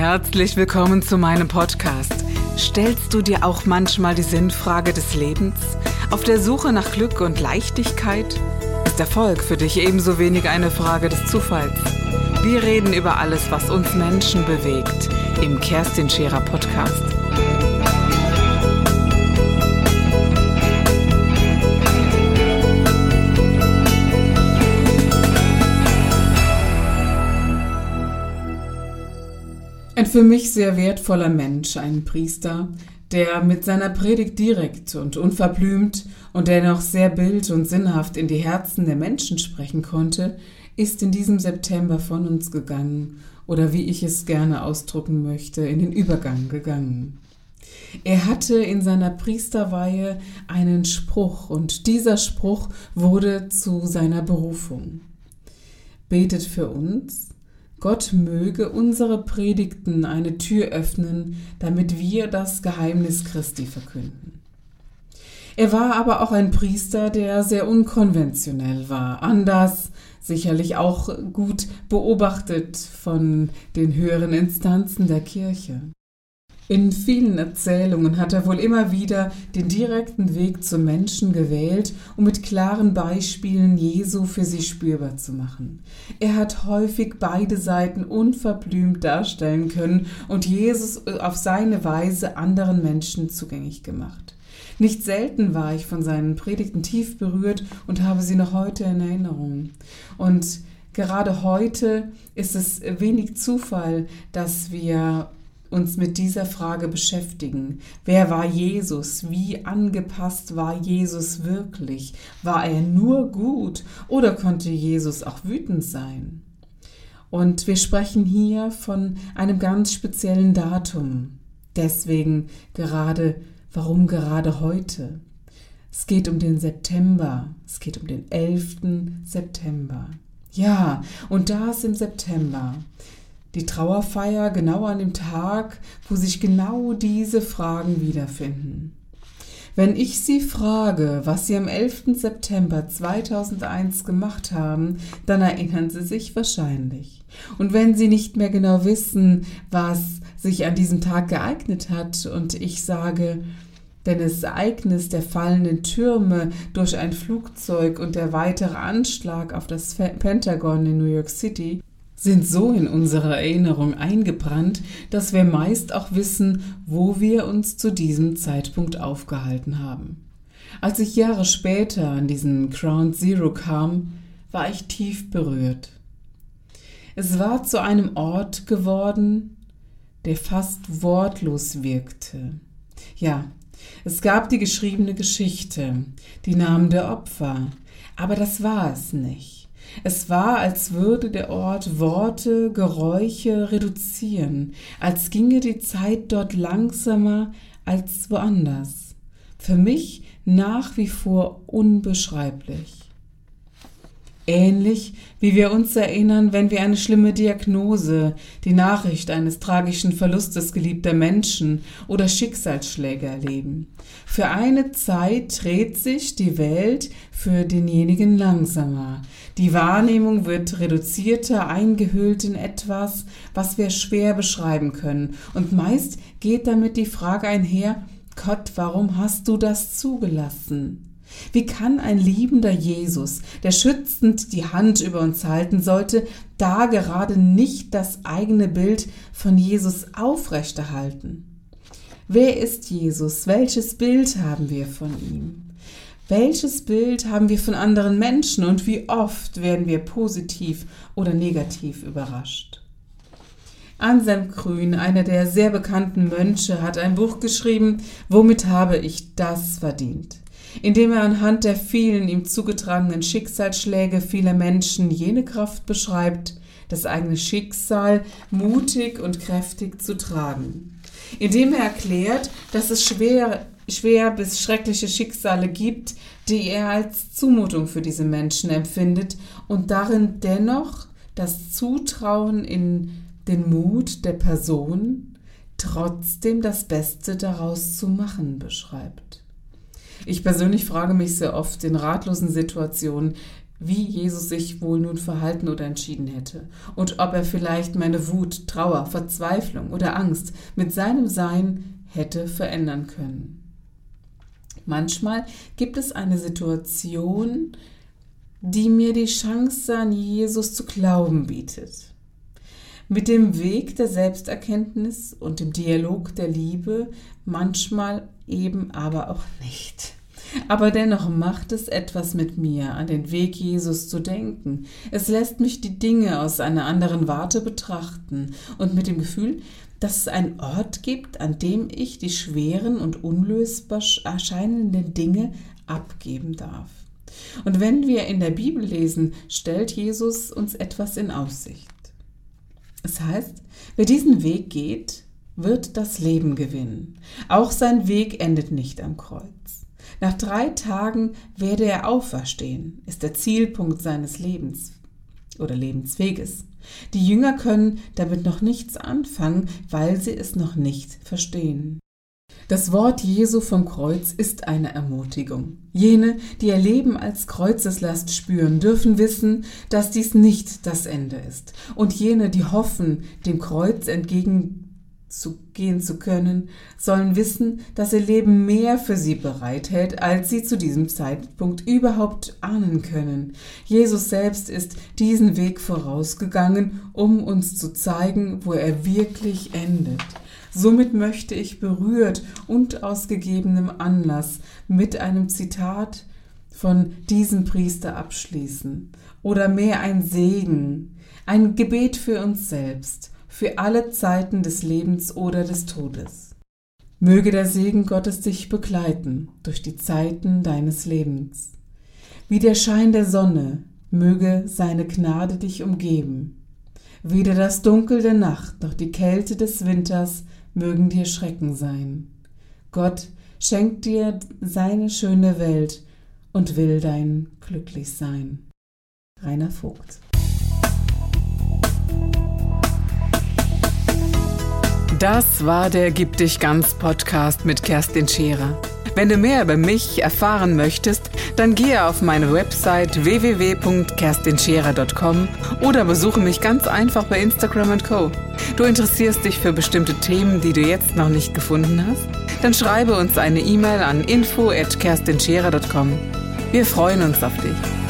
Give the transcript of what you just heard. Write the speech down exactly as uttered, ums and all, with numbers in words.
Herzlich willkommen zu meinem Podcast. Stellst du dir auch manchmal die Sinnfrage des Lebens? Auf der Suche nach Glück und Leichtigkeit? Ist Erfolg für dich ebenso wenig eine Frage des Zufalls? Wir reden über alles, was uns Menschen bewegt, im Kerstin Scherer Podcast. Ein für mich sehr wertvoller Mensch, ein Priester, der mit seiner Predigt direkt und unverblümt und dennoch sehr bild- und sinnhaft in die Herzen der Menschen sprechen konnte, ist in diesem September von uns gegangen oder wie ich es gerne ausdrücken möchte, in den Übergang gegangen. Er hatte in seiner Priesterweihe einen Spruch und dieser Spruch wurde zu seiner Berufung. Betet für uns. Gott möge unsere Predigten eine Tür öffnen, damit wir das Geheimnis Christi verkünden. Er war aber auch ein Priester, der sehr unkonventionell war, anders, sicherlich auch gut beobachtet von den höheren Instanzen der Kirche. In vielen Erzählungen hat er wohl immer wieder den direkten Weg zum Menschen gewählt, um mit klaren Beispielen Jesu für sie spürbar zu machen. Er hat häufig beide Seiten unverblümt darstellen können und Jesus auf seine Weise anderen Menschen zugänglich gemacht. Nicht selten war ich von seinen Predigten tief berührt und habe sie noch heute in Erinnerung. Und gerade heute ist es wenig Zufall, dass wir uns mit dieser Frage beschäftigen. Wer war Jesus? Wie angepasst war Jesus wirklich? War er nur gut oder konnte Jesus auch wütend sein? Und wir sprechen hier von einem ganz speziellen Datum. Deswegen gerade, warum gerade heute? Es geht um den September. Es geht um den elften September. Ja, und das im September. Die Trauerfeier genau an dem Tag, wo sich genau diese Fragen wiederfinden. Wenn ich Sie frage, was Sie am elften September zweitausendeins gemacht haben, dann erinnern Sie sich wahrscheinlich. Und wenn Sie nicht mehr genau wissen, was sich an diesem Tag geeignet hat und ich sage, denn das Ereignis der fallenden Türme durch ein Flugzeug und der weitere Anschlag auf das Pentagon in New York City sind so in unsere Erinnerung eingebrannt, dass wir meist auch wissen, wo wir uns zu diesem Zeitpunkt aufgehalten haben. Als ich Jahre später an diesen Ground Zero kam, war ich tief berührt. Es war zu einem Ort geworden, der fast wortlos wirkte. Ja, es gab die geschriebene Geschichte, die Namen der Opfer, aber das war es nicht. Es war, als würde der Ort Worte, Geräusche reduzieren, als ginge die Zeit dort langsamer als woanders. Für mich nach wie vor unbeschreiblich. Ähnlich wie wir uns erinnern, wenn wir eine schlimme Diagnose, die Nachricht eines tragischen Verlustes geliebter Menschen oder Schicksalsschläge erleben. Für eine Zeit dreht sich die Welt für denjenigen langsamer. Die Wahrnehmung wird reduzierter, eingehüllt in etwas, was wir schwer beschreiben können. Und meist geht damit die Frage einher, Gott, warum hast du das zugelassen? Wie kann ein liebender Jesus, der schützend die Hand über uns halten sollte, da gerade nicht das eigene Bild von Jesus aufrechterhalten? Wer ist Jesus? Welches Bild haben wir von ihm? Welches Bild haben wir von anderen Menschen und wie oft werden wir positiv oder negativ überrascht? Anselm Grün, einer der sehr bekannten Mönche, hat ein Buch geschrieben, Womit habe ich das verdient? Indem er anhand der vielen ihm zugetragenen Schicksalsschläge vieler Menschen jene Kraft beschreibt, das eigene Schicksal mutig und kräftig zu tragen. Indem er erklärt, dass es schwer, schwer bis schreckliche Schicksale gibt, die er als Zumutung für diese Menschen empfindet und darin dennoch das Zutrauen in den Mut der Person, trotzdem das Beste daraus zu machen, beschreibt. Ich persönlich frage mich sehr oft in ratlosen Situationen, wie Jesus sich wohl nun verhalten oder entschieden hätte und ob er vielleicht meine Wut, Trauer, Verzweiflung oder Angst mit seinem Sein hätte verändern können. Manchmal gibt es eine Situation, die mir die Chance an Jesus zu glauben bietet. Mit dem Weg der Selbsterkenntnis und dem Dialog der Liebe manchmal eben aber auch nicht. Aber dennoch macht es etwas mit mir, an den Weg Jesus zu denken. Es lässt mich die Dinge aus einer anderen Warte betrachten und mit dem Gefühl, dass es einen Ort gibt, an dem ich die schweren und unlösbar erscheinenden Dinge abgeben darf. Und wenn wir in der Bibel lesen, stellt Jesus uns etwas in Aussicht. Es heißt, wer diesen Weg geht, wird das Leben gewinnen. Auch sein Weg endet nicht am Kreuz. Nach drei Tagen werde er auferstehen, ist der Zielpunkt seines Lebens oder Lebensweges. Die Jünger können damit noch nichts anfangen, weil sie es noch nicht verstehen. Das Wort Jesu vom Kreuz ist eine Ermutigung. Jene, die ihr Leben als Kreuzeslast spüren, dürfen wissen, dass dies nicht das Ende ist. Und jene, die hoffen, dem Kreuz entgegenzugehen zu können, sollen wissen, dass ihr Leben mehr für sie bereithält, als sie zu diesem Zeitpunkt überhaupt ahnen können. Jesus selbst ist diesen Weg vorausgegangen, um uns zu zeigen, wo er wirklich endet. Somit möchte ich berührt und aus gegebenem Anlass mit einem Zitat von diesem Priester abschließen oder mehr ein Segen, ein Gebet für uns selbst, für alle Zeiten des Lebens oder des Todes. Möge der Segen Gottes dich begleiten durch die Zeiten deines Lebens. Wie der Schein der Sonne möge seine Gnade dich umgeben. Weder das Dunkel der Nacht noch die Kälte des Winters mögen dir Schrecken sein. Gott schenkt dir seine schöne Welt und will dein Glücklichsein. Rainer Vogt. Das war der Gib dich ganz Podcast mit Kerstin Scherer. Wenn du mehr über mich erfahren möchtest, dann gehe auf meine Website w w w punkt kerstin scherer punkt com oder besuche mich ganz einfach bei Instagram und Co. Du interessierst dich für bestimmte Themen, die du jetzt noch nicht gefunden hast? Dann schreibe uns eine E-Mail an info at kerstin scherer punkt com. Wir freuen uns auf dich.